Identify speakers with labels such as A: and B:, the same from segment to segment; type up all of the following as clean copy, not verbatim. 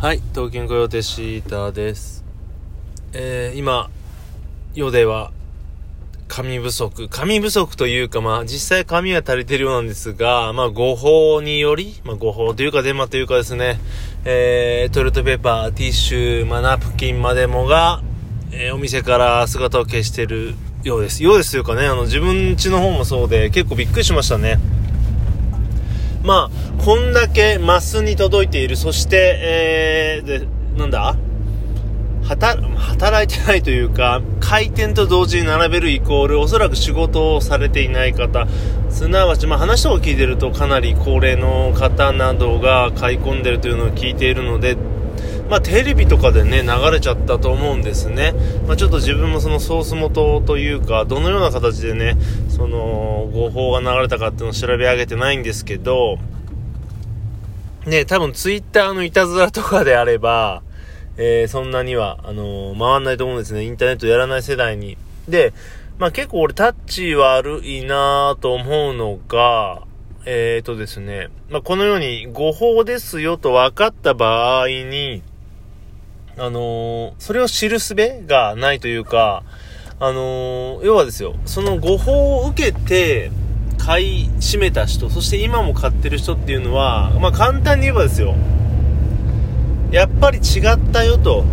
A: はい、東京コヨーテシーターです。今世では紙不足というか、実際紙は足りてるようなんですが、誤報により、誤報というかデマというかですね、トイレットペーパー、ティッシュ、ナプキンまでもが、お店から姿を消してるようですというかね、自分家の方もそうで結構びっくりしましたね。こんだけマスに届いている。そして、働いてないというか、開店と同時に並べるイコール、おそらく仕事をされていない方、すなわち、話とか聞いてるとかなり高齢の方などが買い込んでるというのを聞いているので、テレビとかでね、流れちゃったと思うんですね。ちょっと自分もそのソース元というか、どのような形でね、その誤報が流れたかっていうのを調べ上げてないんですけど、ね、多分ツイッターのいたずらとかであれば、そんなには、回んないと思うんですね。インターネットやらない世代に。で、結構俺タッチ悪いなと思うのが、ですね、このように誤報ですよと分かった場合に、それを知る術がないというか、要はですよ、その誤報を受けて買い占めた人、そして今も買ってる人っていうのは、簡単に言えばですよ、やっぱり違ったよと、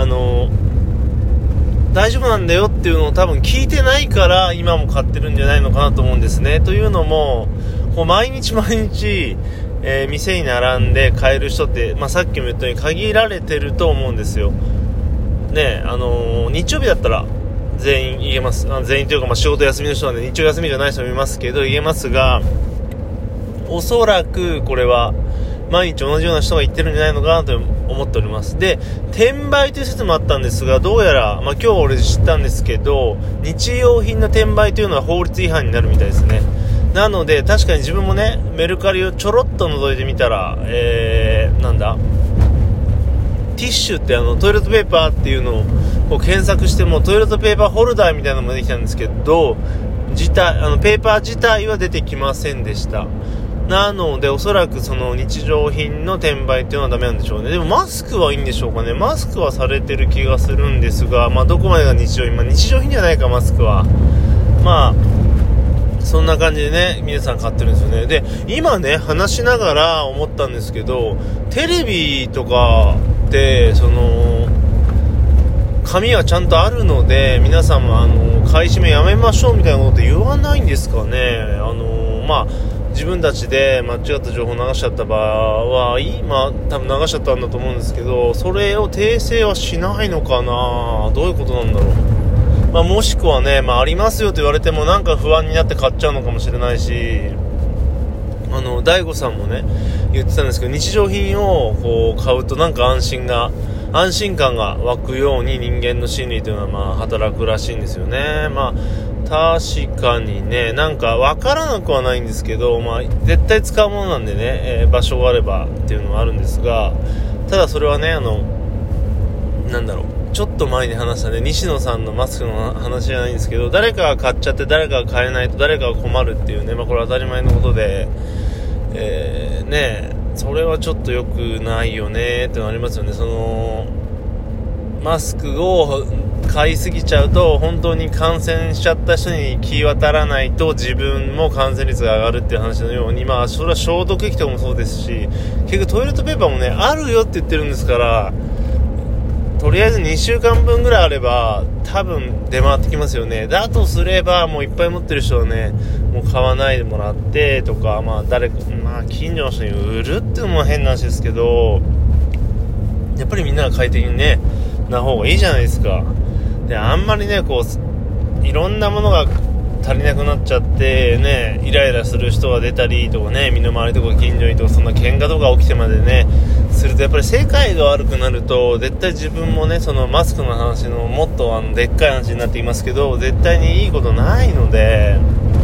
A: 大丈夫なんだよっていうのを多分聞いてないから今も買ってるんじゃないのかなと思うんですね。というのも、毎日、店に並んで買える人って、さっきも言ったように限られてると思うんですよ。ね、日曜日だったら全員言えます。全員というか、仕事休みの人なんで、日曜休みじゃない人もいますけど言えますが、おそらくこれは毎日同じような人が言ってるんじゃないのかなと思っております。で、転売という説もあったんですが、どうやら、今日俺知ったんですけど、日用品の転売というのは法律違反になるみたいですね。なので確かに自分もね、メルカリをちょろっと覗いてみたら、ティッシュってトイレットペーパーっていうのを検索しても、トイレットペーパーホルダーみたいなのもできたんですけど、ペーパー自体は出てきませんでした。なのでおそらくその日常品の転売っていうのはダメなんでしょうね。でもマスクはいいんでしょうかね。マスクはされてる気がするんですが、どこまでが日常品、日常品じゃないか、マスクは。そんな感じでね、皆さん買ってるんですよね。で、今ね、話しながら思ったんですけど、テレビとかって紙はちゃんとあるので、皆さんも買い占めやめましょうみたいなことって言わないんですかね。自分たちで間違った情報を流しちゃった場合、多分流しちゃったんだと思うんですけど、それを訂正はしないのかな。どういうことなんだろう。もしくはね、ありますよと言われてもなんか不安になって買っちゃうのかもしれないし、大悟さんもね言ってたんですけど、日常品を買うとなんか安心感が湧くように人間の心理というのは働くらしいんですよね。確かにね、なんか分からなくはないんですけど、絶対使うものなんでね、場所があればっていうのはあるんですが、ただそれはね、ちょっと前に話したね、西野さんのマスクの話じゃないんですけど、誰かが買っちゃって誰かが買えないと誰かが困るっていうね、これは当たり前のことで、それはちょっと良くないよねってのありますよね。マスクを買いすぎちゃうと本当に感染しちゃった人に行き渡らないと自分も感染率が上がるっていう話のように、それは消毒液とかもそうですし、結局トイレットペーパーもね、あるよって言ってるんですから、とりあえず2週間分ぐらいあれば多分出回ってきますよね。だとすればもういっぱい持ってる人はね、もう買わないでもらってとか、近所の人に売るっていうのも変な話ですけど、やっぱりみんなが快適にねな方がいいじゃないですか。で、あんまりねいろんなものが足りなくなっちゃってね、イライラする人が出たりとかね、身の回りとか近所にとかそんな喧嘩とか起きてまでねすると、やっぱり世界が悪くなると絶対自分もね、そのマスクの話のもっとでっかい話になっていますけど、絶対にいいことないので、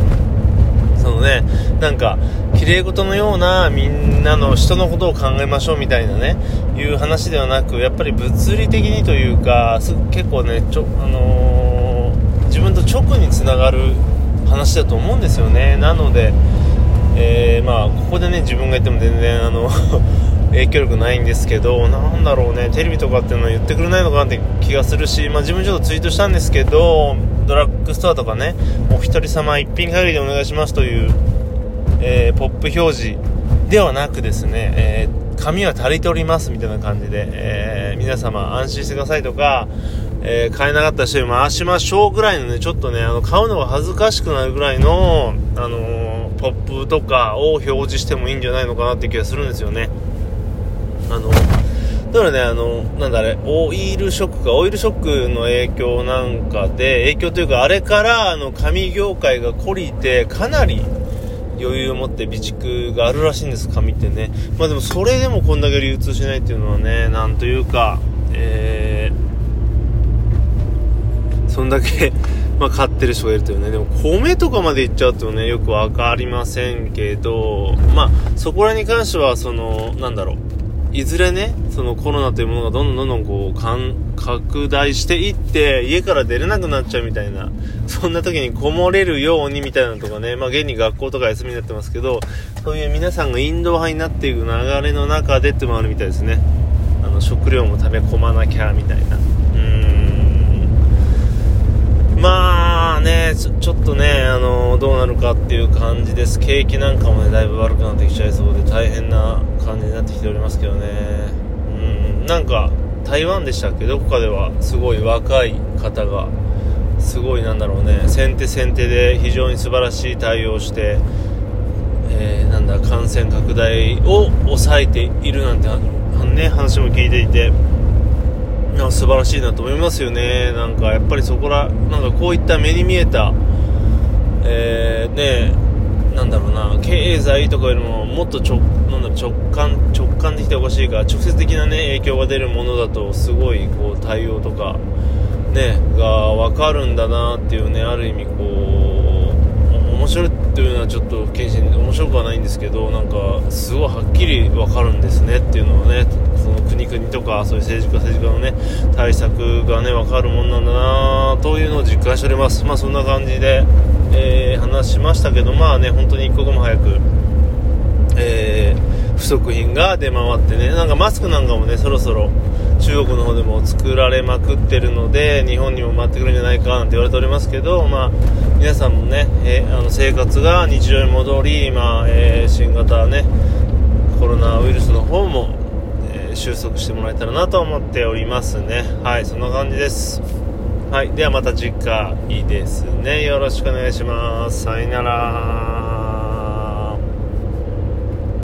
A: なんか綺麗事のようなみんなの人のことを考えましょうみたいなねいう話ではなく、やっぱり物理的にというか結構ね自分と直につながる話だと思うんですよね。なので、ここでね自分が言っても全然影響力ないんですけど、なんだろうね、テレビとかっていうのは言ってくれないのかなって気がするし、自分ちょっとツイートしたんですけど、ドラッグストアとかね、お一人様一品限りでお願いしますという、ポップ表示ではなくですね、紙は足りておりますみたいな感じで、皆様安心してくださいとか、買えなかった人に回しましょうぐらいのね、ちょっとね、買うのが恥ずかしくなるぐらいの、ポップとかを表示してもいいんじゃないのかなって気がするんですよね。だからね、オイルショックの影響なんかで、影響というか、あれから紙業界が懲りて、かなり余裕を持って備蓄があるらしいんです、紙ってね。でもそれでもこんだけ流通しないっていうのはね、なんというか、そんだけ買ってる人がいるというね。でも米とかまでいっちゃうとね、よくわかりませんけど、そこらに関してはいずれね、そのコロナというものがどんどんこう拡大していって家から出れなくなっちゃうみたいな、そんな時にこもれるようにみたいなのとかね、現に学校とか休みになってますけど、そういう皆さんがインド派になっていく流れの中でってもあるみたいですね。食料も溜め込まなきゃみたいな。ちょっとね、どうなるかっていう感じです。景気なんかもね、だいぶ悪くなってきちゃいそうで大変な感じになってきておりますけどね。なんか台湾でしたっけ、どこかではすごい若い方がすごい先手で非常に素晴らしい対応して、感染拡大を抑えているなんて話も聞いていて、素晴らしいなと思いますよね。やっぱりそこらこういった目に見えた経済とかよりももっと直感的でおかしいから直接的なね影響が出るものだと、すごいこう対応とかねが分かるんだなっていうね、ある意味こう面白いっていうのはちょっと決して面白くはないんですけど、すごいはっきり分かるんですねっていうのをね、その国とかそういう政治家のね対策がね分かるもんなんだなというのを実感しております。そんな感じで、話しましたけど、本当に一刻も早く、不足品が出回ってね、マスクなんかもねそろそろ中国の方でも作られまくってるので日本にも回ってくるんじゃないかなんて言われておりますけど、皆さんもね、生活が日常に戻り、新型ねコロナウイルスの方も、収束してもらえたらなと思っておりますね。はい、そんな感じです。はい、ではまた次回ですね。よろしくお願いします。さよなら。